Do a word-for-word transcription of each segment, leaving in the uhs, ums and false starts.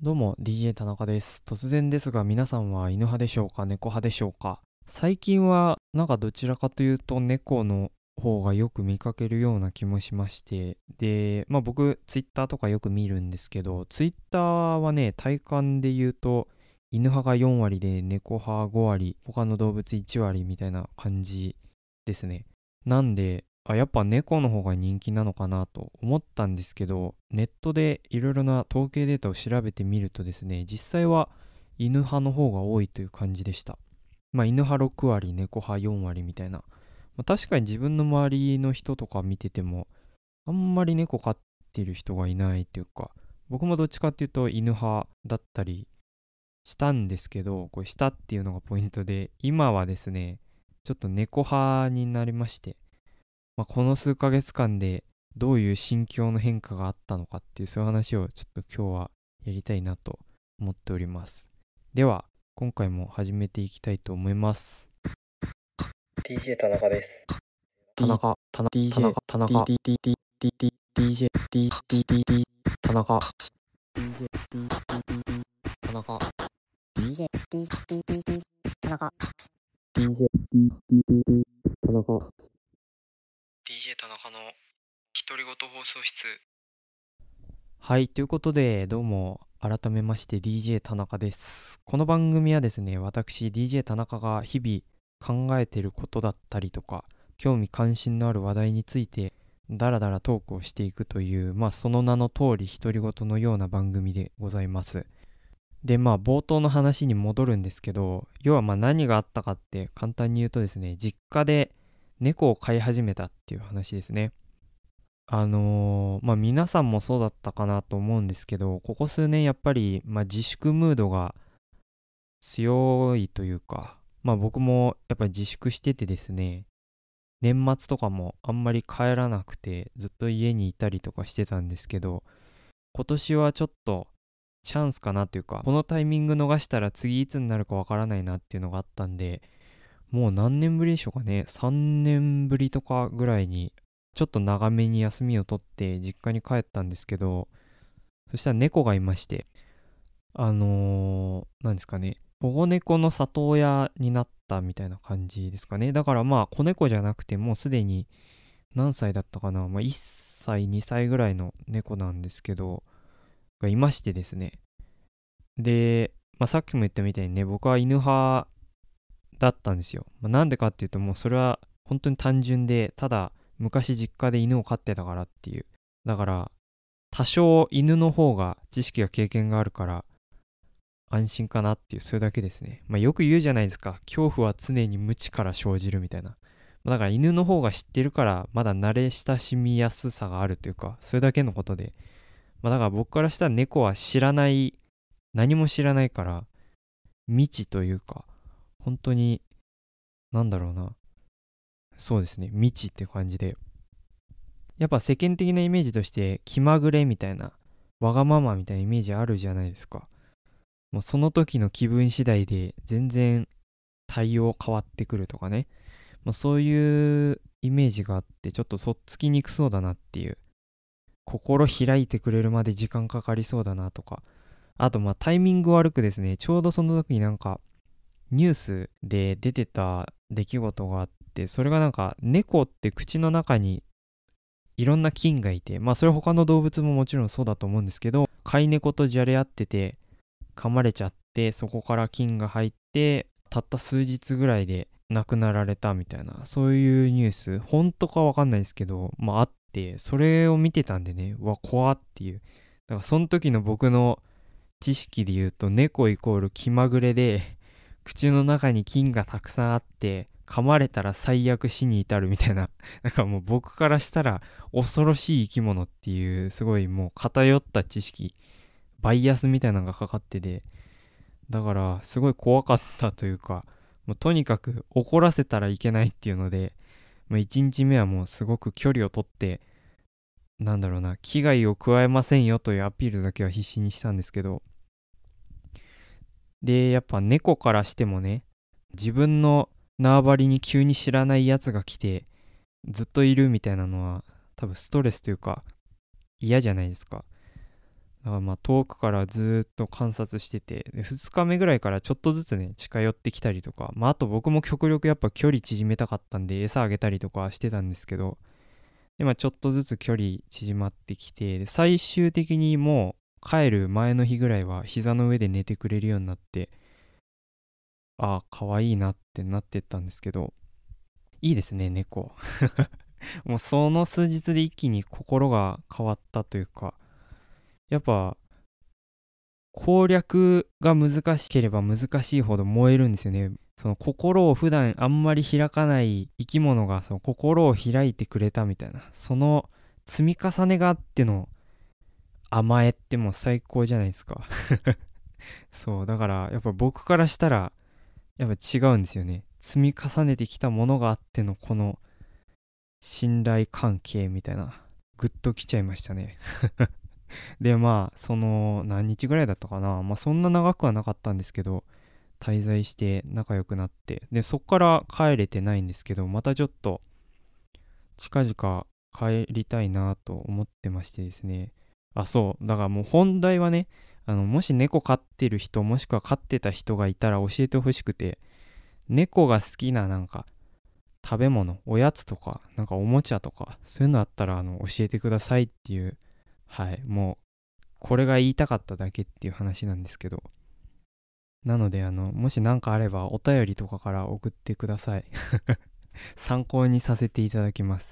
どうも ディージェー 田中です。突然ですが皆さんは犬派でしょうか、猫派でしょうか。最近はなんかどちらかというと猫の方がよく見かけるような気もしまして、で、まあ僕ツイッターとかよく見るんですけど、ツイッターはね、体感で言うと犬派がよん割で猫派ご割、他の動物いち割みたいな感じですね。なんで、あ、やっぱ猫の方が人気なのかなと思ったんですけど、ネットでいろいろな統計データを調べてみるとですね、実際は犬派の方が多いという感じでした。まあ犬派ろく割、猫派よん割みたいな。まあ、確かに自分の周りの人とか見てても、あんまり猫飼ってる人がいないというか、僕もどっちかっていうと犬派だったりしたんですけど、これしたっていうのがポイントで、今はですね、ちょっと猫派になりまして、まあ、この数ヶ月間でどういう心境の変化があったのかっていうそういう話をちょっと今日はやりたいなと思っております。では今回も始めていきたいと思います。 ディージェー 田中です。田中田中田中田中 ディージェー ディージェー 田中田中 ディージェー ディージェー 田中ディージェー 田中 ディージェー 田中の独り言放送室。はい、ということで、どうも、改めまして ディージェー 田中です。この番組はですね、私 ディージェー 田中が日々考えていることだったりとか、興味関心のある話題について、だらだらトークをしていくという、まあその名の通り独り言のような番組でございます。で、まあ冒頭の話に戻るんですけど、要はまあ何があったかって簡単に言うとですね、実家で猫を飼い始めたっていう話ですね。あのーまあ皆さんもそうだったかなと思うんですけど、ここ数年やっぱり、まあ、自粛ムードが強いというか、まあ僕もやっぱり自粛しててですね、年末とかもあんまり帰らなくてずっと家にいたりとかしてたんですけど、今年はちょっとチャンスかなというか、このタイミング逃したら次いつになるかわからないなっていうのがあったんで、もう何年ぶりでしょうかね、さんねんぶりとかぐらいにちょっと長めに休みを取って実家に帰ったんですけど、そしたら猫がいまして、あのー、なんですかね、保護猫の里親になったみたいな感じですかね。だからまあ子猫じゃなくてもうすでに何歳だったかな、まあ、いっさいにさいぐらいの猫なんですけどがいましてですね。で、まあ、さっきも言ったみたいにね、僕は犬派だったんですよ。まあ、なんでかっていうと、もうそれは本当に単純で、ただ昔実家で犬を飼ってたからっていう。だから多少犬の方が知識や経験があるから安心かなっていう、それだけですね。まあよく言うじゃないですか。恐怖は常に無知から生じるみたいな。だから犬の方が知ってるからまだ慣れ親しみやすさがあるというか、それだけのことで。まあだから僕からしたら猫は知らない、何も知らないから未知というか、本当に、なんだろうな。そうですね。未知って感じで。やっぱ世間的なイメージとして気まぐれみたいな、わがままみたいなイメージあるじゃないですか。もうその時の気分次第で全然対応変わってくるとかね。まあ、そういうイメージがあって、ちょっととっつきにくそうだなっていう。心開いてくれるまで時間かかりそうだなとか。あとまあタイミング悪くですね、ちょうどその時になんかニュースで出てた出来事があって、それがなんか猫って口の中にいろんな菌がいて、まあそれ他の動物ももちろんそうだと思うんですけど、飼い猫とじゃれ合ってて噛まれちゃって、そこから菌が入ってたった数日ぐらいで亡くなられたみたいな、そういうニュース本当かわかんないですけど、まああって、それを見てたんでね、うわ怖っていう。だからその時の僕の知識で言うと、猫イコール気まぐれで、口の中に菌がたくさんあって噛まれたら最悪死に至るみたいな、なんかもう僕からしたら恐ろしい生き物っていう、すごいもう偏った知識、バイアスみたいなのがかかってて、だからすごい怖かったというか、もうとにかく怒らせたらいけないっていうので、もういちにちめはもうすごく距離をとって、なんだろうな、危害を加えませんよというアピールだけは必死にしたんですけど、でやっぱ猫からしてもね、自分の縄張りに急に知らないやつが来てずっといるみたいなのは多分ストレスというか嫌じゃないですか。 だからまあ遠くからずーっと観察してて、でふつかめぐらいからちょっとずつね近寄ってきたりとか、まああと僕も極力やっぱ距離縮めたかったんで餌あげたりとかしてたんですけど、でまあちょっとずつ距離縮まってきて、で最終的にもう帰る前の日ぐらいは膝の上で寝てくれるようになって、ああ可愛いなってなってったんですけど、いいですね猫。もうその数日で一気に心が変わったというか、やっぱ攻略が難しければ難しいほど燃えるんですよね。その心を普段あんまり開かない生き物がその心を開いてくれたみたいな、その積み重ねがあっての甘えってもう最高じゃないですか。そうだからやっぱ僕からしたらやっぱ違うんですよね。積み重ねてきたものがあってのこの信頼関係みたいな、グッときちゃいましたね。でまあその何日ぐらいだったかな、まあそんな長くはなかったんですけど、滞在して仲良くなって、でそっから帰れてないんですけど、またちょっと近々帰りたいなと思ってましてですね。あ、そうだからもう本題はね、あのもし猫飼ってる人もしくは飼ってた人がいたら教えてほしくて、猫が好きななんか食べ物、おやつとかなんかおもちゃとかそういうのあったらあの教えてくださいっていう、はい、もうこれが言いたかっただけっていう話なんですけど、なのであのもし何かあればお便りとかから送ってください。参考にさせていただきます。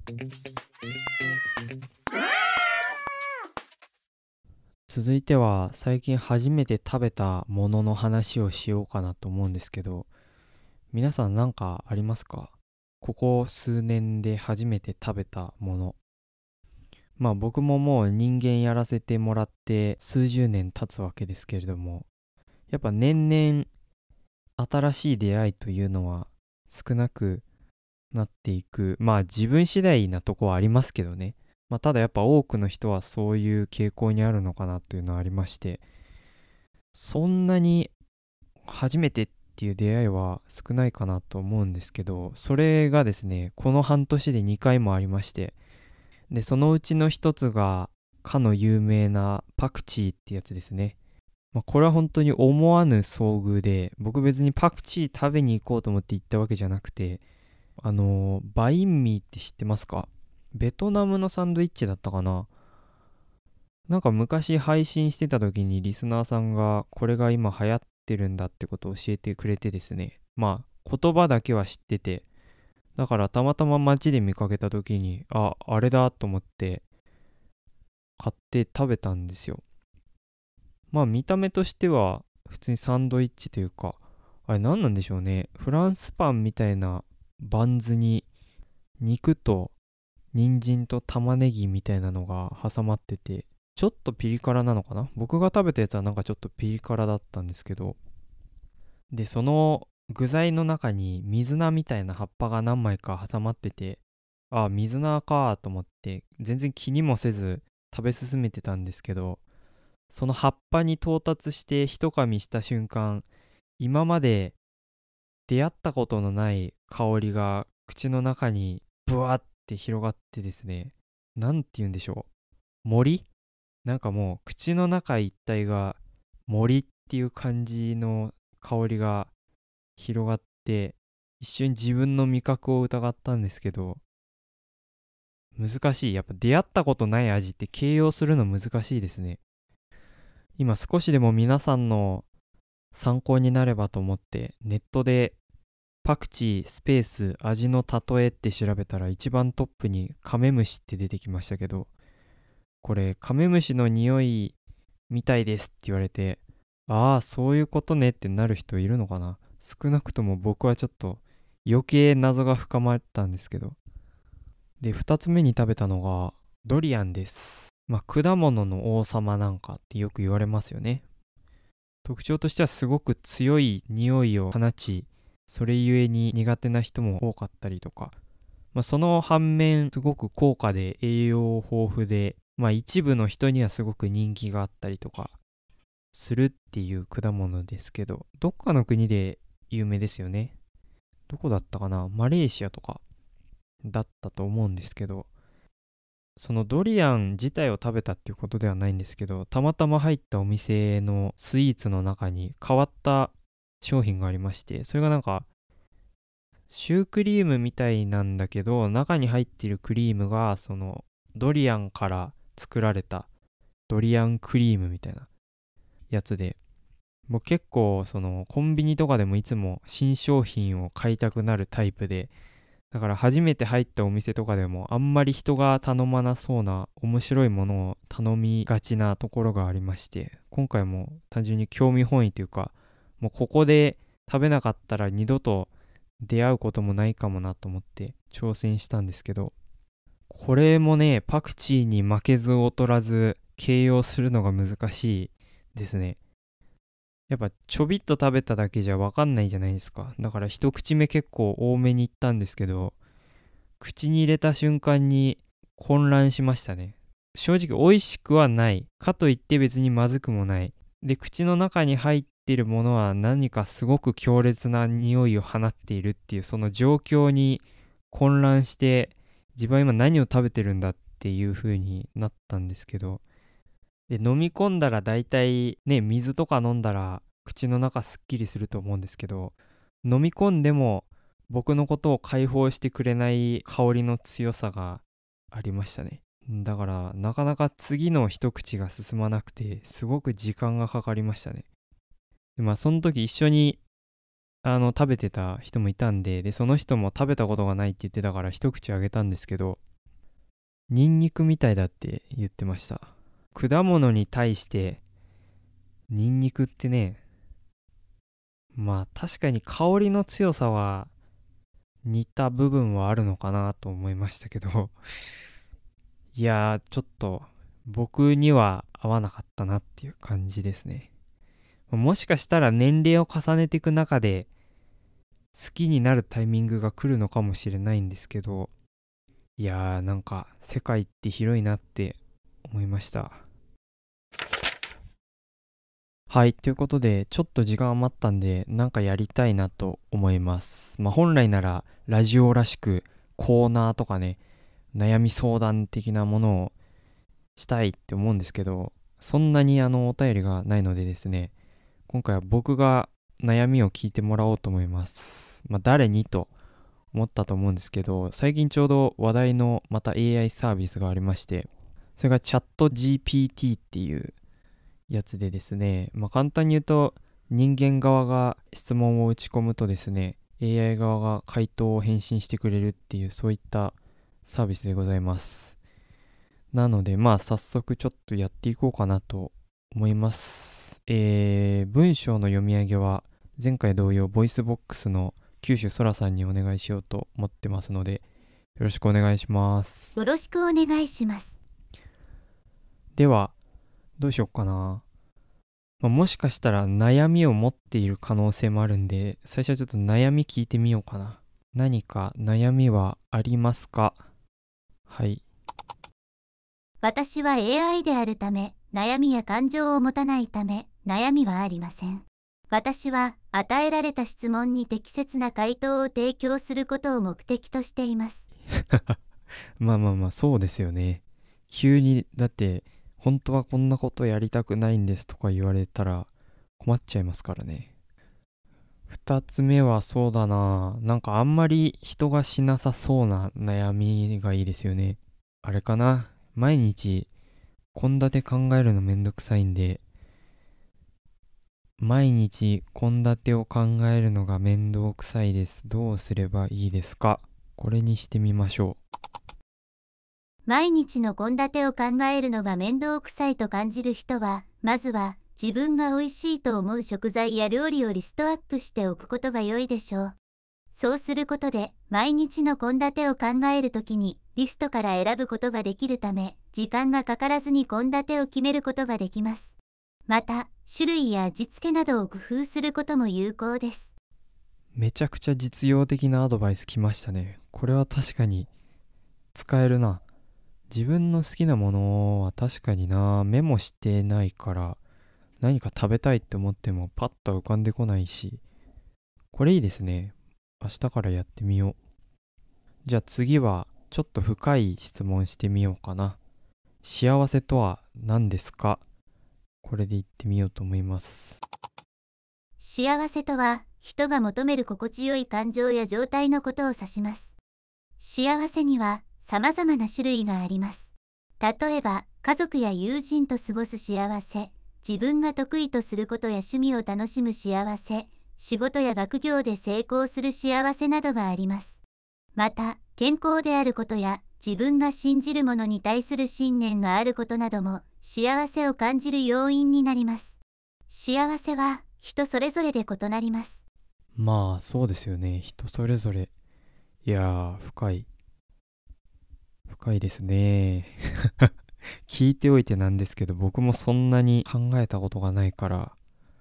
続いては最近初めて食べたものの話をしようかなと思うんですけど、皆さん何かありますか？ここ数年で初めて食べたもの。まあ僕ももう人間やらせてもらって数十年経つわけですけれども、やっぱ年々新しい出会いというのは少なくなっていく。まあ自分次第なとこはありますけどね。まあただやっぱ多くの人はそういう傾向にあるのかなというのはありまして、そんなに初めてっていう出会いは少ないかなと思うんですけど、それがですねこの半年でにかいもありまして、でそのうちの一つがかの有名なパクチーってやつですね。まあ、これは本当に思わぬ遭遇で、僕別にパクチー食べに行こうと思って行ったわけじゃなくて、あのーバインミーって知ってますか？ベトナムのサンドイッチだったかな。なんか昔配信してた時にリスナーさんがこれが今流行ってるんだってことを教えてくれてですね、まあ言葉だけは知ってて、だからたまたま街で見かけた時にああれだと思って買って食べたんですよ。まあ見た目としては普通にサンドイッチというか、あれ何なんでしょうね、フランスパンみたいなバンズに肉と人参と玉ねぎみたいなのが挟まってて、ちょっとピリ辛なのかな。僕が食べたやつはなんかちょっとピリ辛だったんですけど、でその具材の中に水菜みたいな葉っぱが何枚か挟まってて、あ水菜かと思って全然気にもせず食べ進めてたんですけど、その葉っぱに到達して一噛みした瞬間、今まで出会ったことのない香りが口の中にブワーって広がってですね、なんて言うんでしょう、森、なんかもう口の中一帯が森っていう感じの香りが広がって、一瞬自分の味覚を疑ったんですけど、難しい。やっぱ出会ったことない味って形容するの難しいですね。今少しでも皆さんの参考になればと思ってネットでパクチースペース味の例えって調べたら一番トップにカメムシって出てきましたけど、これカメムシの匂いみたいですって言われて、ああそういうことねってなる人いるのかな。少なくとも僕はちょっと余計謎が深まったんですけど。でふたつめに食べたのがドリアンです。まあ果物の王様なんかってよく言われますよね。特徴としてはすごく強い匂いを放ち、それゆえに苦手な人も多かったりとか、まあ、その反面すごく高価で栄養豊富で、まあ、一部の人にはすごく人気があったりとかするっていう果物ですけど、どっかの国で有名ですよね。どこだったかな、マレーシアとかだったと思うんですけど、 そのドリアン自体を食べたっていうことではないんですけど、たまたま入ったお店のスイーツの中に変わった商品がありまして、それがなんかシュークリームみたいなんだけど、中に入っているクリームがそのドリアンから作られたドリアンクリームみたいなやつで、僕結構そのコンビニとかでもいつも新商品を買いたくなるタイプで、だから初めて入ったお店とかでもあんまり人が頼まなそうな面白いものを頼みがちなところがありまして、今回も単純に興味本位というか、もうここで食べなかったら二度と出会うこともないかもなと思って挑戦したんですけど、これもね、パクチーに負けず劣らず形容するのが難しいですね。やっぱちょびっと食べただけじゃわかんないじゃないですか。だから一口目結構多めにいったんですけど、口に入れた瞬間に混乱しましたね。正直美味しくはない。かといって別にまずくもない。で、口の中に入っているものは何かすごく強烈な匂いを放っているっていうその状況に混乱して、自分は今何を食べてるんだっていう風になったんですけど、で飲み込んだら大体ね、水とか飲んだら口の中すっきりすると思うんですけど、飲み込んでも僕のことを解放してくれない香りの強さがありましたね。だからなかなか次の一口が進まなくて、すごく時間がかかりましたね。でまあその時一緒にあの食べてた人もいたんで、でその人も食べたことがないって言ってたから一口あげたんですけど、ニンニクみたいだって言ってました。果物に対してニンニクってね、まあ確かに香りの強さは似た部分はあるのかなと思いましたけどいやーちょっと僕には合わなかったなっていう感じですね。もしかしたら年齢を重ねていく中で好きになるタイミングが来るのかもしれないんですけど、いやーなんか世界って広いなって思いました。はい、ということで、ちょっと時間余ったんで、なんかやりたいなと思います。まあ、本来なら、ラジオらしく、コーナーとかね、悩み相談的なものをしたいって思うんですけど、そんなにあの、お便りがないのでですね、今回は僕が悩みを聞いてもらおうと思います。まあ、誰にと思ったと思うんですけど、最近ちょうど話題のまた エーアイ サービスがありまして、それがチャット ジーピーティー っていうやつでですね、まあ、簡単に言うと人間側が質問を打ち込むとですね、 エーアイ 側が回答を返信してくれるっていうそういったサービスでございます。なのでまあ早速ちょっとやっていこうかなと思います。えー、文章の読み上げは前回同様ボイスボックスの九州そらさんにお願いしようと思ってますので、よろしくお願いします。 よろしくお願いします。 ではどうしよっかな。まあ、もしかしたら悩みを持っている可能性もあるんで、最初はちょっと悩み聞いてみようかな。何か悩みはありますか？はい。 私は エーアイ であるため、悩みや感情を持たないため、悩みはありません。私は与えられた質問に適切な回答を提供することを目的としています。 まあまあまあ、そうですよね。急に、だって、本当はこんなことやりたくないんですとか言われたら困っちゃいますからね。二つ目はそうだな。なんかあんまり人がしなさそうな悩みがいいですよね。あれかな。毎日、献立考えるのめんどくさいんで、毎日献立を考えるのがめんどくさいです。どうすればいいですか？これにしてみましょ毎日の献立を考えるのが面倒くさいと感じる人は、まずは自分が美味しいと思う食材や料理をリストアップしておくことが良いでしょう。そうすることで、毎日の献立を考えるときにリストから選ぶことができるため、時間がかからずに献立を決めることができます。また、種類や味付けなどを工夫することも有効です。 う。めちゃくちゃ実用的なアドバイスきましたね。これは確かに使えるな。自分の好きなものは確かにな、メモしてないから何か食べたいって思ってもパッと浮かんでこないし、これいいですね。明日からやってみよう。じゃあ次はちょっと深い質問してみようかな。幸せとは何ですか？これで言ってみようと思います。 幸せとは、人が求める心地よい感情や状態のことを指します。幸せには様々な種類があります。例えば、家族や友人と過ごす幸せ、自分が得意とすることや趣味を楽しむ幸せ、仕事や学業で成功する幸せなどがあります。また、健康であることや自分が信じるものに対する信念があることなども幸せを感じる要因になります。幸せは人それぞれで異なります。 まあそうですよね。人それぞれ。いやー、深い。深いですね。聞いておいてなんですけど、僕もそんなに考えたことがないから、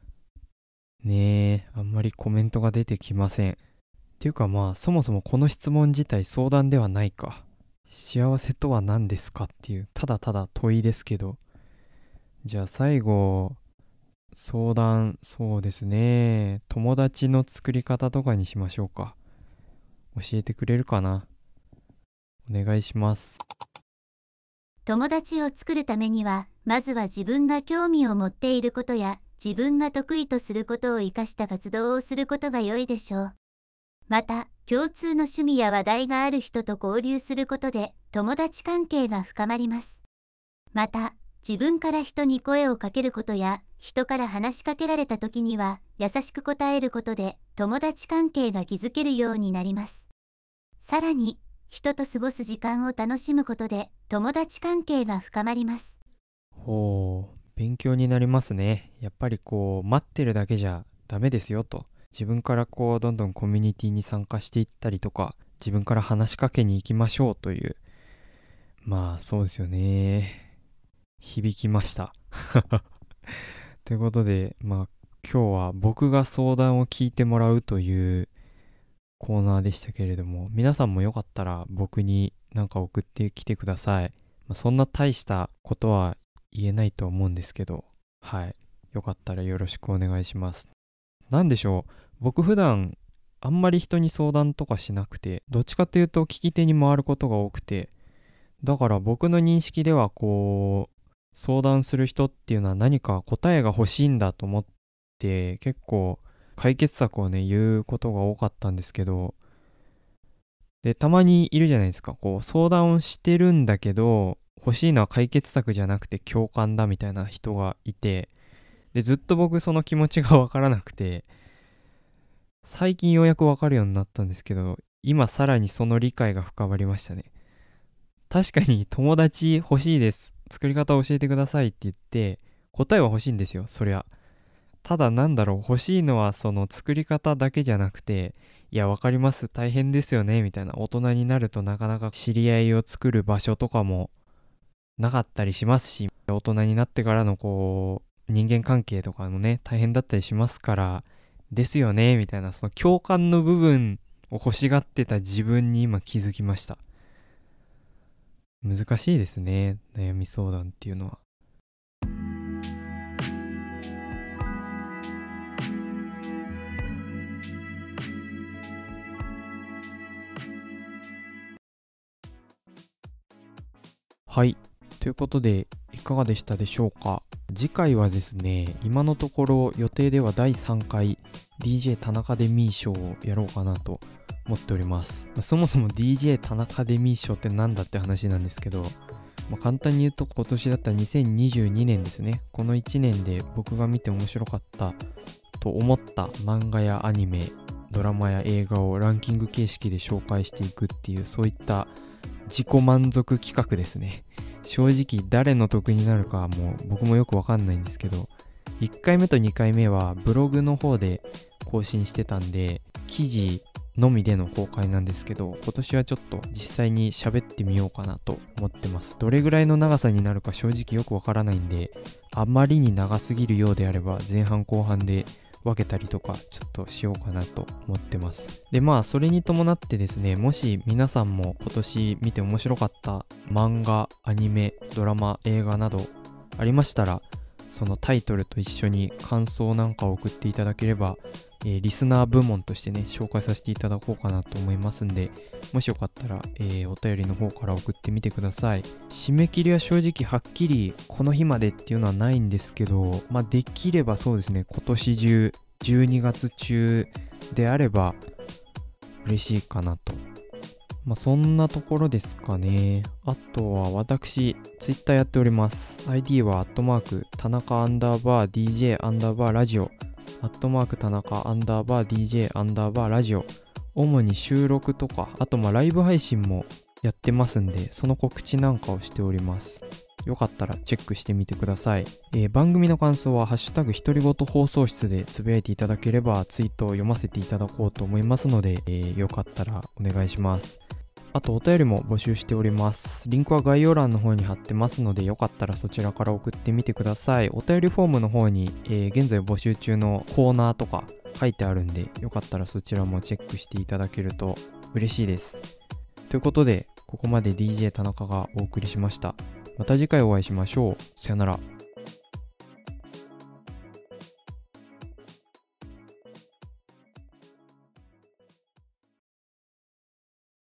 ねえ、あんまりコメントが出てきません。っていうかまあ、そもそもこの質問自体相談ではないか。幸せとは何ですかっていう、ただただ問いですけど。じゃあ最後、相談、そうですね。友達の作り方とかにしましょうか。教えてくれるかな？お願いします。 友達を作るためには、まずは自分が興味を持っていることや、自分が得意とすることを活かした活動をすることが良いでしょう。また、共通の趣味や話題がある人と交流することで、友達関係が深まります。また、自分から人に声をかけることや、人から話しかけられた時には、優しく答えることで、友達関係が築けるようになります。さらに、人と過ごす時間を楽しむことで、友達関係が深まります。 ほう、勉強になりますね。やっぱりこう、待ってるだけじゃダメですよと。自分からこう、どんどんコミュニティに参加していったりとか、自分から話しかけに行きましょうという。まあ、そうですよね。響きました。ということで、まあ、今日は僕が相談を聞いてもらうというコーナーでしたけれども、皆さんもよかったら僕になんか送ってきてください。まあ、そんな大したことは言えないと思うんですけど、はい。よかったらよろしくお願いします。なんでしょう。僕普段あんまり人に相談とかしなくて、どっちかというと聞き手に回ることが多くて、だから僕の認識ではこう、相談する人っていうのは何か答えが欲しいんだと思って、結構解決策をね、言うことが多かったんですけど、で、たまにいるじゃないですか。こう、相談をしてるんだけど、欲しいのは解決策じゃなくて共感だみたいな人がいて、で、ずっと僕その気持ちがわからなくて、最近ようやくわかるようになったんですけど、今さらにその理解が深まりましたね。確かに友達欲しいです。作り方教えてくださいって言って、答えは欲しいんですよ、そりゃ。ただなんだろう、欲しいのはその作り方だけじゃなくて、いや、わかります、大変ですよね、みたいな。大人になるとなかなか知り合いを作る場所とかもなかったりしますし、大人になってからのこう、人間関係とかもね、大変だったりしますから、ですよね、みたいな、その共感の部分を欲しがってた自分に今気づきました。難しいですね、悩み相談っていうのは。はい。ということで、いかがでしたでしょうか。次回はですね、今のところ予定ではだいさんかい ディージェー 田中デミー賞をやろうかなと思っております。そもそも ディージェー 田中デミー賞ってなんだって話なんですけど、まあ、簡単に言うと今年だったらにせんにじゅうにねんですね。このいちねんで僕が見て面白かったと思った漫画やアニメ、ドラマや映画をランキング形式で紹介していくっていう、そういった自己満足企画ですね。正直誰の得になるかはもう僕もよくわかんないんですけど、いっかいめとにかいめはブログの方で更新してたんで、記事のみでの公開なんですけど、今年はちょっと実際に喋ってみようかなと思ってます。どれぐらいの長さになるか正直よくわからないんで、あまりに長すぎるようであれば前半後半で分けたりとかちょっとしようかなと思ってます。で、まあそれに伴ってですね、もし皆さんも今年見て面白かった漫画、アニメ、ドラマ、映画などありましたら、 そのタイトルと一緒に感想なんかを送っていただければ、えー、リスナー部門としてね紹介させていただこうかなと思いますんで、もしよかったら、えー、お便りの方から送ってみてください。締め切りは正直はっきりこの日までっていうのはないんですけど、まあできればそうですね、今年中じゅうにがつ中であれば嬉しいかなと。まあそんなところですかね。あとは私ツイッターやっております。 アイディー はアットマーク田中アンダーバー ディージェー アンダーバーラジオ、アットマーク田中アンダーバー ディージェー アンダーバーラジオ。主に収録とか、あとまあライブ配信もやってますんで、その告知なんかをしております。よかったらチェックしてみてください。えー、番組の感想はハッシュタグ独り言放送室でつぶやいていただければツイートを読ませていただこうと思いますので、えー、よかったらお願いします。あとお便りも募集しております。リンクは概要欄の方に貼ってますので、よかったらそちらから送ってみてください。お便りフォームの方に、えー、現在募集中のコーナーとか書いてあるんで、よかったらそちらもチェックしていただけると嬉しいです。ということで、ここまで ディージェー 田中がお送りしました。また次回お会いしましょう。さよなら。